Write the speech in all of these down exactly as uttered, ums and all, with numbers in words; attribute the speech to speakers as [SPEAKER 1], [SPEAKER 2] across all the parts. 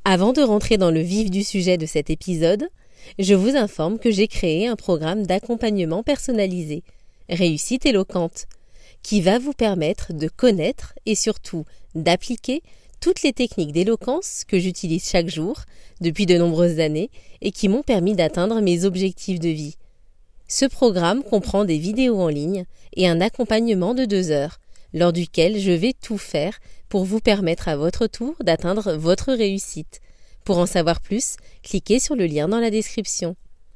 [SPEAKER 1] Avant de rentrer dans le vif du sujet de cet épisode, je vous informe que j'ai créé un programme d'accompagnement personnalisé, Réussite éloquente, qui va vous permettre de connaître et surtout d'appliquer toutes les techniques d'éloquence que j'utilise chaque jour depuis de nombreuses années et qui m'ont permis d'atteindre mes objectifs de vie. Ce programme comprend des vidéos en ligne et un accompagnement de deux heures, lors duquel je vais tout faire pour vous permettre à votre tour d'atteindre votre réussite. Pour en savoir plus, cliquez sur le lien dans la description.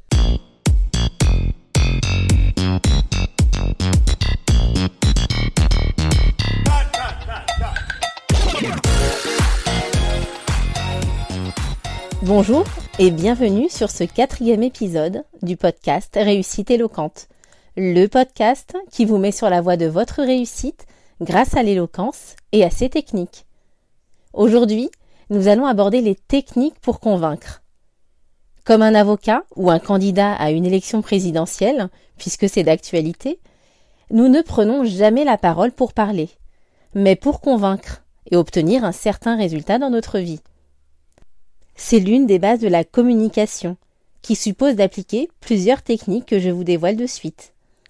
[SPEAKER 1] Bonjour et bienvenue sur ce quatrième épisode du podcast Réussite éloquente, le podcast qui vous met sur la voie de votre réussite grâce à l'éloquence et à ses techniques. Aujourd'hui, nous allons aborder les techniques pour convaincre. Comme un avocat ou un candidat à une élection présidentielle, puisque c'est d'actualité, nous ne prenons jamais la parole pour parler, mais pour convaincre et obtenir un certain résultat dans notre vie. C'est l'une des bases de la communication, qui suppose d'appliquer plusieurs techniques que je vous dévoile de suite.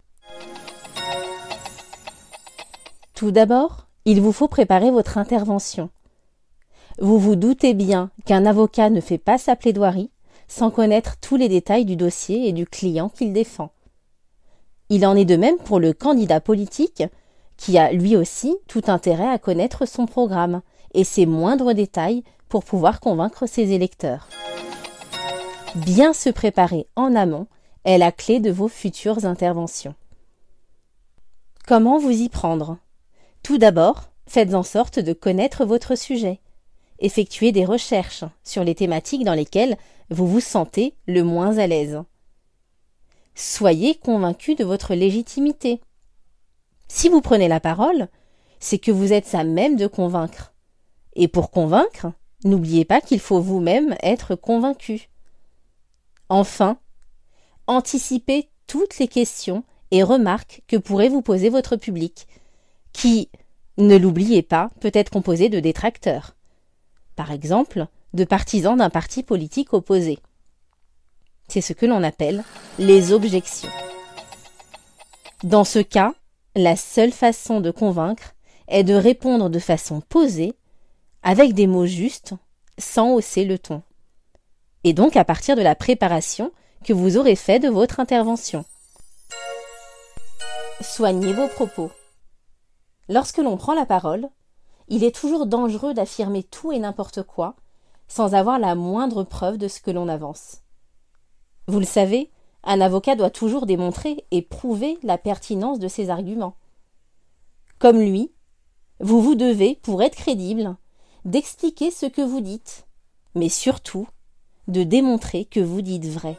[SPEAKER 1] Tout d'abord, il vous faut préparer votre intervention. Vous vous doutez bien qu'un avocat ne fait pas sa plaidoirie sans connaître tous les détails du dossier et du client qu'il défend. Il en est de même pour le candidat politique, qui a lui aussi tout intérêt à connaître son programme et ses moindres détails pour pouvoir convaincre ses électeurs. Bien se préparer en amont est la clé de vos futures interventions. Comment vous y prendre ? Tout d'abord, faites en sorte de connaître votre sujet. Effectuez des recherches sur les thématiques dans lesquelles vous vous sentez le moins à l'aise. Soyez convaincu de votre légitimité. Si vous prenez la parole, c'est que vous êtes à même de convaincre. Et pour convaincre, n'oubliez pas qu'il faut vous-même être convaincu. Enfin, anticipez toutes les questions et remarques que pourrait vous poser votre public, qui, ne l'oubliez pas, peut être composé de détracteurs. Par exemple, de partisans d'un parti politique opposé. C'est ce que l'on appelle les objections. Dans ce cas, la seule façon de convaincre est de répondre de façon posée, avec des mots justes, sans hausser le ton. Et donc à partir de la préparation que vous aurez fait de votre intervention. Soignez vos propos. Lorsque l'on prend la parole, il est toujours dangereux d'affirmer tout et n'importe quoi, sans avoir la moindre preuve de ce que l'on avance. Vous le savez, un avocat doit toujours démontrer et prouver la pertinence de ses arguments. Comme lui, vous vous devez, pour être crédible, d'expliquer ce que vous dites, mais surtout de démontrer que vous dites vrai.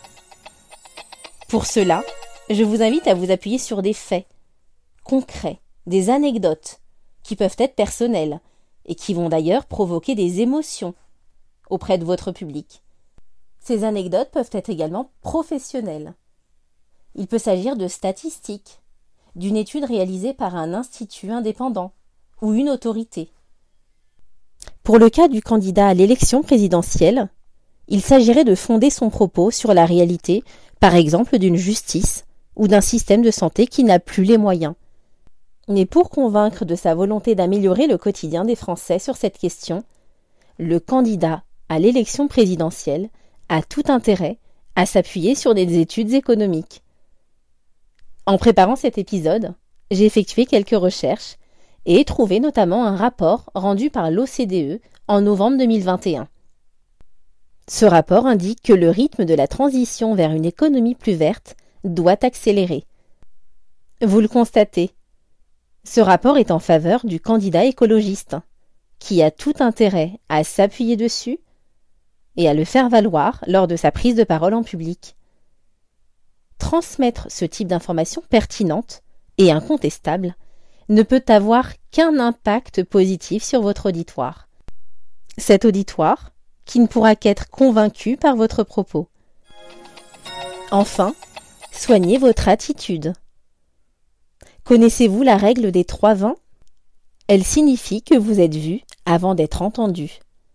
[SPEAKER 1] Pour cela, je vous invite à vous appuyer sur des faits concrets, des anecdotes qui peuvent être personnelles et qui vont d'ailleurs provoquer des émotions auprès de votre public. Ces anecdotes peuvent être également professionnelles. Il peut s'agir de statistiques, d'une étude réalisée par un institut indépendant ou une autorité. Pour le cas du candidat à l'élection présidentielle, il s'agirait de fonder son propos sur la réalité, par exemple d'une justice ou d'un système de santé qui n'a plus les moyens. Mais pour convaincre de sa volonté d'améliorer le quotidien des Français sur cette question, le candidat à l'élection présidentielle a tout intérêt à s'appuyer sur des études économiques. En préparant cet épisode, j'ai effectué quelques recherches et trouvé notamment un rapport rendu par l'O C D E en novembre deux mille vingt et un. Ce rapport indique que le rythme de la transition vers une économie plus verte doit accélérer. Vous le constatez, ce rapport est en faveur du candidat écologiste, qui a tout intérêt à s'appuyer dessus et à le faire valoir lors de sa prise de parole en public. Transmettre ce type d'informations pertinentes et incontestables ne peut avoir qu'un impact positif sur votre auditoire. Cet auditoire qui ne pourra qu'être convaincu par votre propos. Enfin, soignez votre attitude. Connaissez-vous la règle des trois vingt ? Elle signifie que vous êtes vu avant d'être entendu.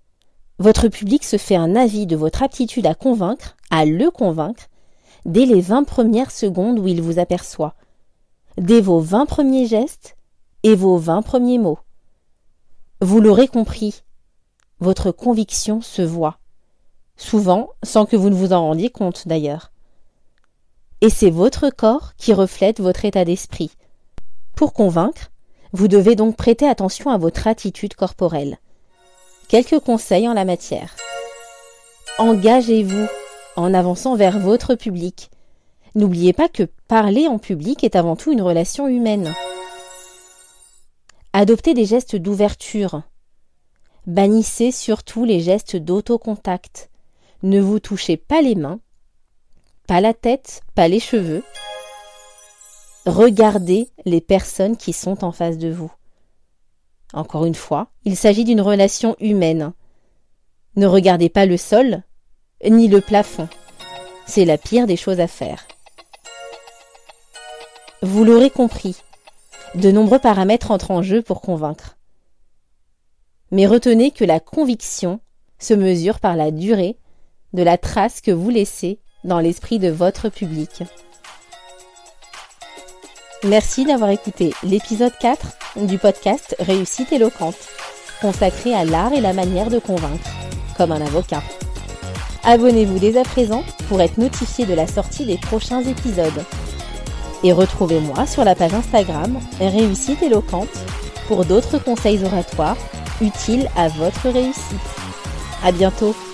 [SPEAKER 1] Votre public se fait un avis de votre aptitude à convaincre, à le convaincre, dès les vingt premières secondes où il vous aperçoit, dès vos vingt premiers gestes et vos vingt premiers mots. Vous l'aurez compris, votre conviction se voit, souvent sans que vous ne vous en rendiez compte d'ailleurs. Et c'est votre corps qui reflète votre état d'esprit. Pour convaincre, vous devez donc prêter attention à votre attitude corporelle. Quelques conseils en la matière. Engagez-vous en avançant vers votre public. N'oubliez pas que parler en public est avant tout une relation humaine. Adoptez des gestes d'ouverture. Bannissez surtout les gestes d'autocontact. Ne vous touchez pas les mains, pas la tête, pas les cheveux. Regardez les personnes qui sont en face de vous. Encore une fois, il s'agit d'une relation humaine. Ne regardez pas le sol, ni le plafond. C'est la pire des choses à faire. Vous l'aurez compris, de nombreux paramètres entrent en jeu pour convaincre. Mais retenez que la conviction se mesure par la durée de la trace que vous laissez dans l'esprit de votre public. Merci d'avoir écouté l'épisode quatre du podcast Réussite éloquente, consacré à l'art et la manière de convaincre, comme un avocat. Abonnez-vous dès à présent pour être notifié de la sortie des prochains épisodes. Et retrouvez-moi sur la page Instagram Réussite éloquente pour d'autres conseils oratoires utiles à votre réussite. À bientôt!